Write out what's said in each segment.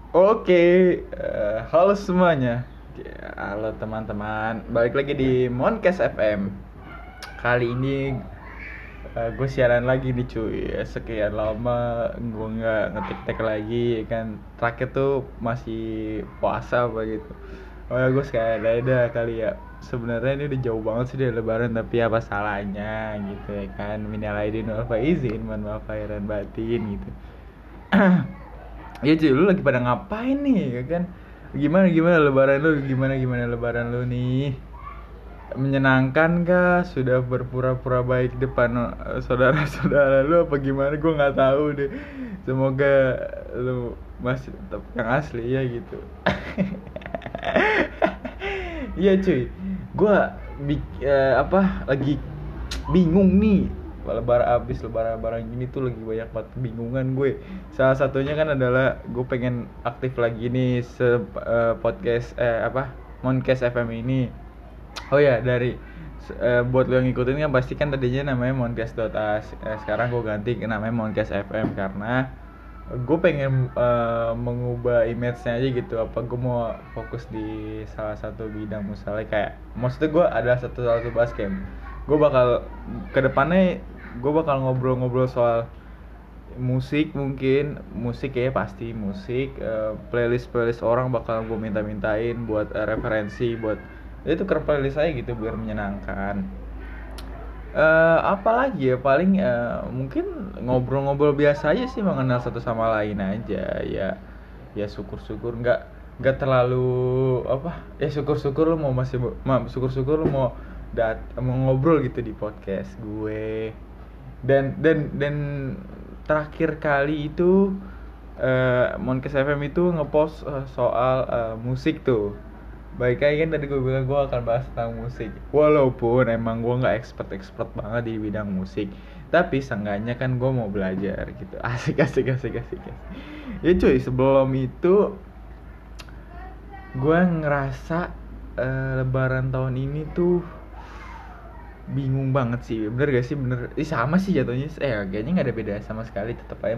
Oke, halo semuanya. Halo teman-teman, balik lagi di Moncast FM. Kali ini gue siaran lagi nih cuy. Sekian lama gue nggak ngetik-tek lagi kan. Terakhir tuh masih puasa apa gitu. Oh ya gue sekalian ada kali ya. Sebenarnya ini udah jauh banget sih dari Lebaran, tapi apa salahnya gitu ya kan. Minal aidin wal faizin, mohon maaf lahir dan batin gitu. Ya cuy, lu lagi pada ngapain nih ya kan? Gimana gimana lebaran lu? Gimana lebaran lu nih? Menyenangkan kah? Sudah berpura-pura baik depan saudara-saudara lu apa gimana? Gue nggak tahu deh. Semoga lu masih tetap yang asli ya gitu. Iya cuy, gue lagi bingung nih. Lebaran gini tuh lagi banyak banget kebingungan gue. Salah satunya kan adalah gue pengen aktif lagi nih podcast Moncast FM ini. Oh ya, buat lo yang ngikutin kan pasti kan tadinya namanya Moncast.as. Sekarang gue ganti ke namanya Moncast FM karena gue pengen mengubah image-nya aja gitu. Apa gue mau fokus di salah satu bidang, misalnya kayak maksudnya gue ada satu basket. Gue bakal kedepannya gue bakal ngobrol-ngobrol soal musik, mungkin musik ya, pasti musik, playlist orang bakal gue minta-mintain buat referensi buat itu ke playlist saya gitu biar menyenangkan. Apalagi ya paling mungkin ngobrol-ngobrol biasa aja sih, mengenal satu sama lain aja ya. Ya syukur-syukur nggak terlalu apa ya, syukur-syukur lu mau syukur-syukur lu mau ngobrol gitu di podcast gue. Dan terakhir kali itu Monkes FM itu ngepost soal musik tuh. Baik kayak kan tadi gue bilang gue akan bahas tentang musik. Walaupun emang gue nggak expert banget di bidang musik, tapi seenggaknya kan gue mau belajar gitu. Asik. Ya cuy, sebelum itu gue ngerasa Lebaran tahun ini tuh bingung banget sih. Bener gak sih? Bener, sama sih jatuhnya. Kayaknya nggak ada beda sama sekali. Tetap aja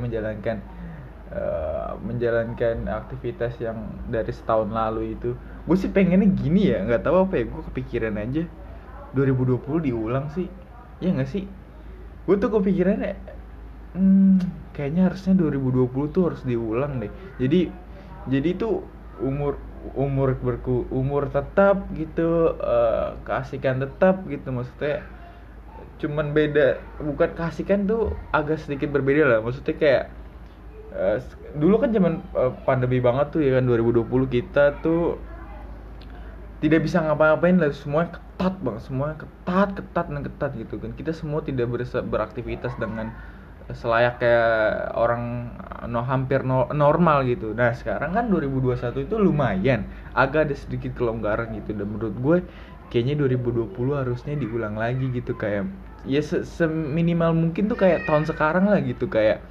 menjalankan aktivitas yang dari setahun lalu itu. Gue sih pengennya gini ya, nggak tahu apa ya, gue kepikiran aja 2020 diulang sih, ya nggak sih? Gue tuh kepikirannya kayaknya harusnya 2020 tuh harus diulang deh. Jadi tuh umur umur tetap gitu, keasikan tetap gitu, maksudnya cuman beda, bukan keasikan tuh agak sedikit berbeda lah, maksudnya kayak dulu kan zaman pandemi banget tuh ya kan, 2020 kita tuh tidak bisa ngapa-ngapain lah, semua ketat banget, semua ketat gitu kan. Kita semua tidak beraktivitas dengan selayak kayak orang hampir normal gitu. Nah sekarang kan 2021 itu lumayan agak ada sedikit kelonggaran gitu, dan menurut gue kayaknya 2020 harusnya diulang lagi gitu, kayak ya seminimal mungkin tuh kayak tahun sekarang lah gitu, kayak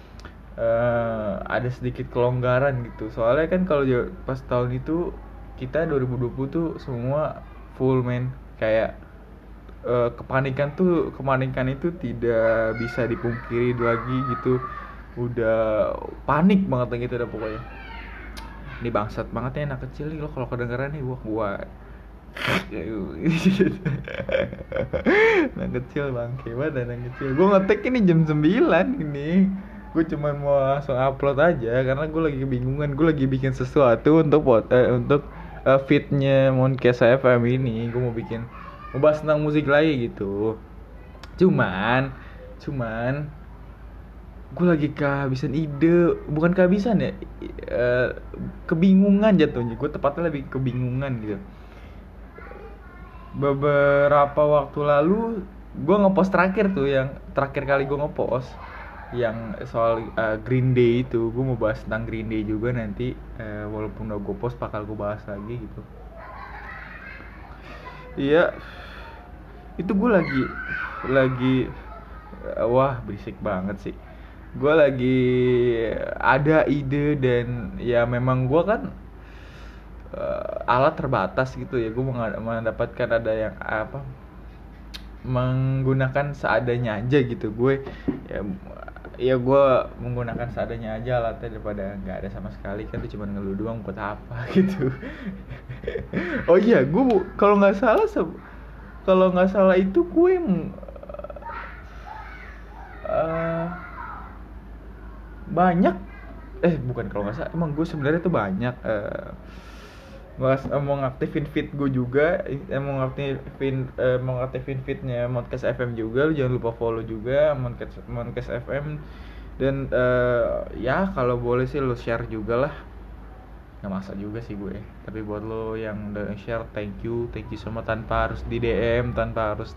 ada sedikit kelonggaran gitu. Soalnya kan kalau pas tahun itu kita 2020 tuh semua full man, kayak kepanikan itu tidak bisa dipungkiri lagi gitu. Udah panik banget gitu udah pokoknya. Ini bangsat banget ya anak kecil nih, lo kalau kedengeran nih gua anak kecil bangke banget anak kecil. Gue ngetek ini jam 9 ini. Gue cuma mau langsung upload aja karena gue lagi kebingungan. Gue lagi bikin sesuatu untuk feednya Moncast FM ini. Gue mau bahas tentang musik lagi gitu. Cuman gue lagi kehabisan ide. Bukan kehabisan ya, kebingungan jatuhnya. Gue tepatnya lebih kebingungan gitu. Beberapa waktu lalu gue ngepost terakhir tuh, yang terakhir kali gue ngepost yang soal Green Day itu. Gue mau bahas tentang Green Day juga nanti, walaupun udah gue post bakal gue bahas lagi gitu. Iya, itu gue lagi wah berisik banget sih. Gue lagi ada ide, dan ya memang gue kan alat terbatas gitu ya. Gue mendapatkan ada yang menggunakan seadanya aja gitu. Gue ya ya gue menggunakan seadanya aja alatnya daripada nggak ada sama sekali, kan itu cuma ngeluh doang buat apa gitu. Oh iya, gue kalau nggak salah itu gue uh, banyak bukan kalau nggak salah, emang gue sebenarnya tuh banyak mau ngaktifin feed gue juga, mau ngaktifin feednya Modcast FM juga. Lu jangan lupa follow juga Modcast FM. Dan ya kalau boleh sih lu share juga lah, nggak maksa juga sih gue, tapi buat lo yang udah share, thank you semua, tanpa harus di DM, tanpa harus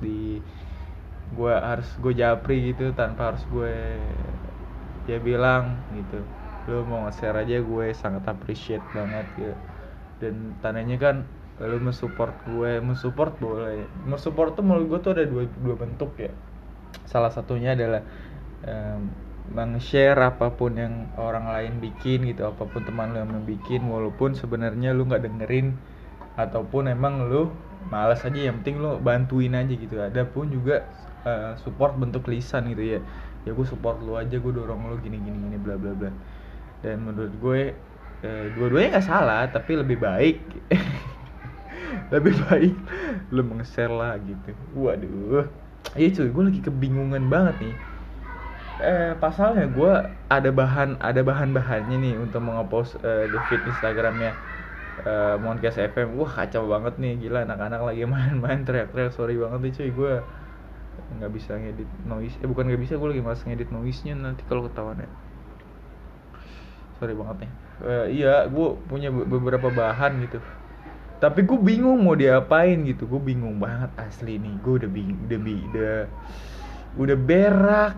gue japri gitu, tanpa harus gue ya bilang gitu. Lo mau nge-share aja, gue sangat appreciate banget ya. Dan tandanya kan lo mensupport gue, boleh mensupport tuh menurut gue tuh ada dua bentuk ya. Salah satunya adalah meng-share apapun yang orang lain bikin gitu, apapun teman lo yang bikin, walaupun sebenarnya lo nggak dengerin ataupun emang lo malas aja, yang penting lo bantuin aja gitu. Ada pun juga support bentuk lisan gitu ya gue support lo aja, gue dorong lo gini bla bla bla. Dan menurut gue dua-duanya nggak salah, tapi lebih baik lebih baik lo meng-share lah gitu. Waduh, iya cuy, gue lagi kebingungan banget nih. Pasalnya gue ada bahan-bahannya nih untuk nge-post di feed Instagramnya Modcast FM. Wah kacau banget nih, gila, anak-anak lagi main-main teriak-teriak. Sorry banget nih cuy, gue nggak bisa ngedit noise, bukan nggak bisa, gue lagi malas ngedit noise-nya nanti kalau ketahuan ya. Sorry banget nih. Iya, gue punya beberapa bahan gitu, tapi gue bingung mau diapain gitu. Gue bingung banget asli nih. Gue udah berak,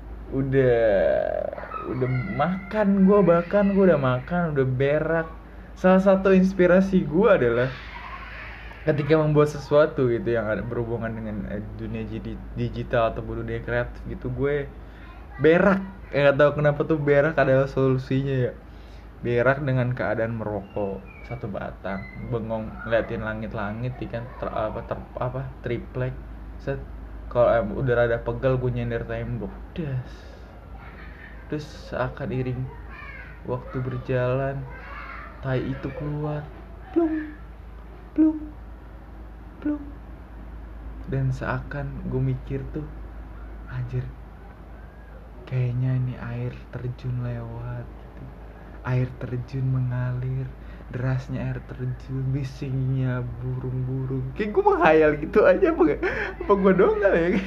udah makan, gue udah makan, udah berak. Salah satu inspirasi gue adalah ketika membuat sesuatu gitu yang ada berhubungan dengan dunia digital atau dunia kreatif gitu, gue berak. Nggak tahu kenapa tuh berak adalah solusinya ya. Berak dengan keadaan merokok satu batang, bengong ngeliatin langit-langit ikan triplek. Set, kalau udah rada pegal gue nyender tembok, terus seakan iring waktu berjalan, tai itu keluar, plung plung plung. Dan seakan gue mikir tuh, anjir, kayaknya ini air terjun lewat gitu. Air terjun mengalir, derasnya air terjun, bisingnya burung-burung. Kayak gue menghayal gitu aja, apa gue doang kali ya?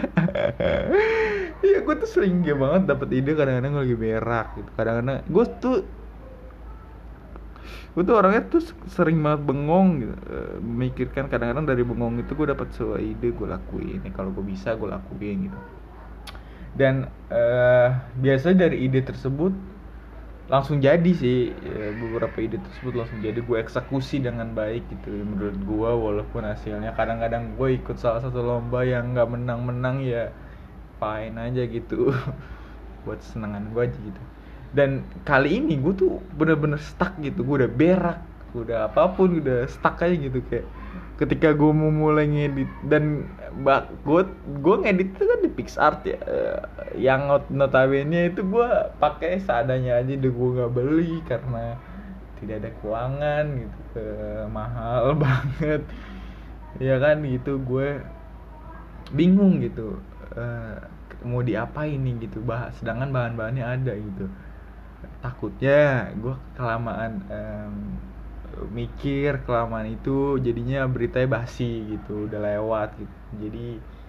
Iya, gue tuh sering banget dapet ide kadang-kadang gue lagi berak gitu. Kadang-kadang gue tuh orangnya tuh sering banget bengong gitu, memikirkan. Kadang-kadang dari bengong itu gue dapat sebuah ide, gue lakuin. Kalau gue bisa gue lakuin gitu. Dan biasanya dari ide tersebut langsung jadi sih, beberapa ide tersebut langsung jadi gue eksekusi dengan baik gitu menurut gue. Walaupun hasilnya kadang-kadang gue ikut salah satu lomba yang nggak menang ya fine aja gitu. Buat senengan gue aja gitu. Dan kali ini gue tuh bener-bener stuck gitu. Gue udah berak, udah apapun, udah stuck aja gitu. Kayak ketika gue mau mulai ngedit, dan gue ngedit itu kan di PicsArt ya, yang notabene itu gue pakai seadanya aja, deh gue nggak beli karena tidak ada keuangan gitu, mahal banget ya kan gitu. Gue bingung gitu, mau diapain nih gitu, sedangkan bahan-bahannya ada gitu. Takutnya gue kelamaan mikir, kelamaan itu jadinya beritanya basi gitu, udah lewat gitu. Jadi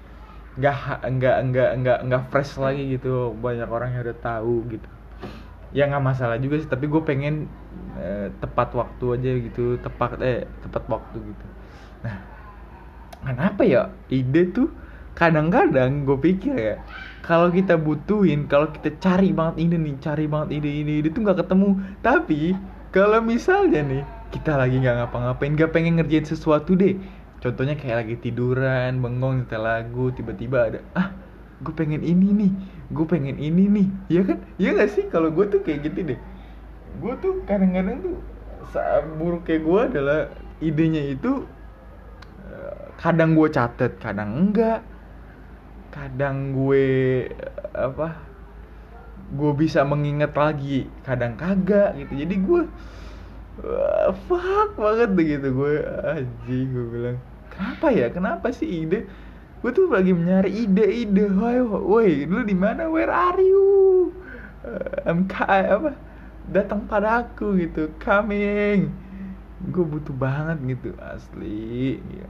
nggak fresh lagi gitu, banyak orang yang udah tahu gitu. Ya nggak masalah juga sih, tapi gue pengen tepat waktu aja gitu, tepat waktu gitu. Nah, kenapa ya ide tuh kadang-kadang gue pikir ya, kalau kita butuhin, kalau kita cari banget ide tuh nggak ketemu. Tapi kalau misalnya nih kita lagi nggak ngapa-ngapain, nggak pengen ngerjain sesuatu deh, contohnya kayak lagi tiduran bengong nyetel lagu, tiba-tiba ada gue pengen ini nih, ya kan, ya nggak sih? Kalau gue tuh kayak gitu deh. Gue tuh kadang-kadang tuh buruk kayak gue adalah idenya itu kadang gue catet, kadang enggak. Kadang gue gue bisa mengingat lagi, kadang kagak gitu. Jadi gue fuck banget deh gitu. Gue anjing, gue bilang kenapa sih ide, gue tuh lagi mencari ide-ide. Woi lu di mana, where are you? Apa, datang padaku gitu, coming. Gue butuh banget gitu asli gitu.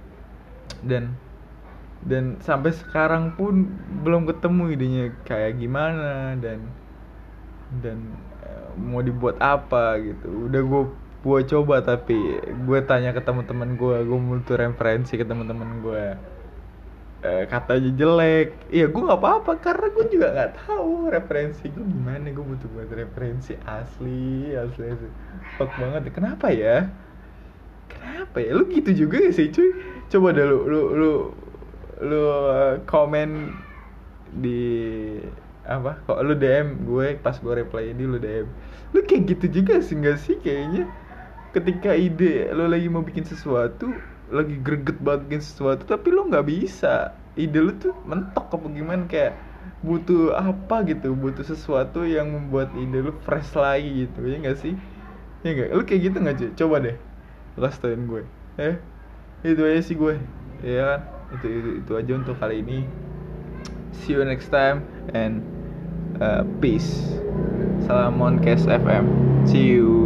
Dan sampai sekarang pun belum ketemu idenya kayak gimana, dan mau dibuat apa gitu. Udah gue coba, tapi gue tanya ke teman-teman gue butuh referensi ke teman-teman gue, katanya jelek. Iya, gue nggak apa-apa karena gue juga nggak tahu referensi gue gimana. Gue butuh buat referensi asli. Fuck banget. Kenapa ya lu gitu juga gak sih cuy? Coba deh lu komen di apa, kok lu DM gue pas gue reply ini, lu DM lu kayak gitu juga sih, nggak sih kayaknya? Ketika ide lu lagi mau bikin sesuatu, lagi greget banget bikin sesuatu, tapi lu nggak bisa, ide lu tuh mentok apa gimana, kayak butuh apa gitu, butuh sesuatu yang membuat ide lu fresh lagi gitu, ya nggak sih? Ya nggak, lu kayak gitu nggak cuy? Coba deh lu kasih tauin gue. Itu aja sih gue, ya kan? Itu aja untuk kali ini. See you next time, and peace. Salam Moncast FM. See you.